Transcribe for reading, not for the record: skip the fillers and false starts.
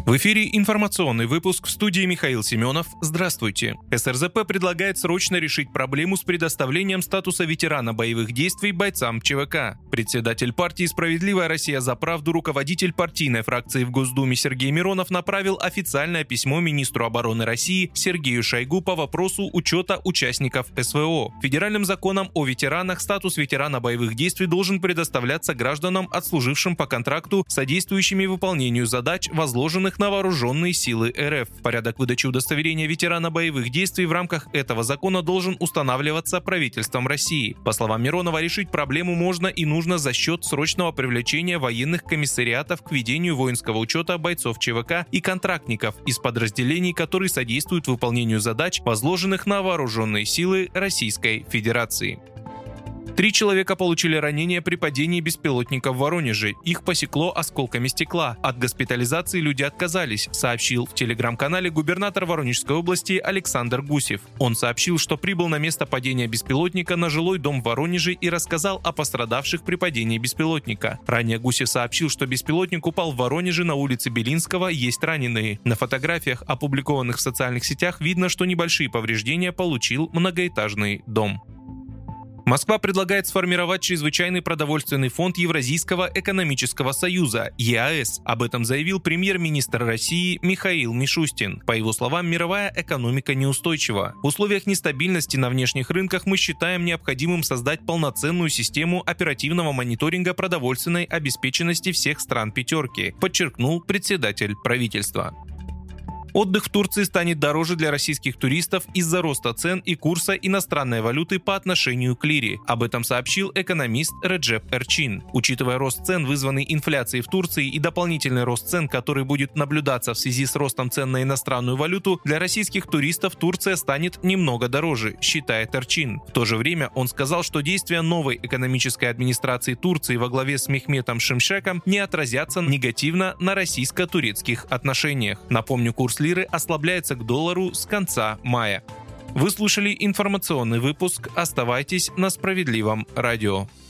В эфире информационный выпуск, в студии Михаил Семенов. Здравствуйте. СРЗП предлагает срочно решить проблему с предоставлением статуса ветерана боевых действий бойцам ЧВК. Председатель партии «Справедливая Россия за правду», руководитель партийной фракции в Госдуме Сергей Миронов направил официальное письмо министру обороны России Сергею Шойгу по вопросу учета участников СВО. Федеральным законом о ветеранах статус ветерана боевых действий должен предоставляться гражданам, отслужившим по контракту, содействующими выполнению задач, возложенных на вооруженные силы РФ. Порядок выдачи удостоверения ветерана боевых действий в рамках этого закона должен устанавливаться правительством России. По словам Миронова, решить проблему можно и нужно за счет срочного привлечения военных комиссариатов к ведению воинского учета бойцов ЧВК и контрактников из подразделений, которые содействуют выполнению задач, возложенных на вооруженные силы Российской Федерации. 3 человека получили ранения при падении беспилотника в Воронеже. Их посекло осколками стекла. От госпитализации люди отказались, сообщил в телеграм-канале губернатор Воронежской области Александр Гусев. Он сообщил, что прибыл на место падения беспилотника на жилой дом в Воронеже и рассказал о пострадавших при падении беспилотника. Ранее Гусев сообщил, что беспилотник упал в Воронеже на улице Белинского, есть раненые. На фотографиях, опубликованных в социальных сетях, видно, что небольшие повреждения получил многоэтажный дом. Москва предлагает сформировать чрезвычайный продовольственный фонд Евразийского экономического союза ЕАЭС. Об этом заявил премьер-министр России Михаил Мишустин. По его словам, мировая экономика неустойчива. В условиях нестабильности на внешних рынках мы считаем необходимым создать полноценную систему оперативного мониторинга продовольственной обеспеченности всех стран пятерки, подчеркнул председатель правительства. Отдых в Турции станет дороже для российских туристов из-за роста цен и курса иностранной валюты по отношению к лире. Об этом сообщил экономист Реджеп Эрчин. Учитывая рост цен, вызванный инфляцией в Турции, и дополнительный рост цен, который будет наблюдаться в связи с ростом цен на иностранную валюту, для российских туристов Турция станет немного дороже, считает Эрчин. В то же время он сказал, что действия новой экономической администрации Турции во главе с Мехметом Шимшеком не отразятся негативно на российско-турецких отношениях. Напомню, курс лиры ослабляется к доллару с конца мая. Вы слушали информационный выпуск. Оставайтесь на Справедливом радио.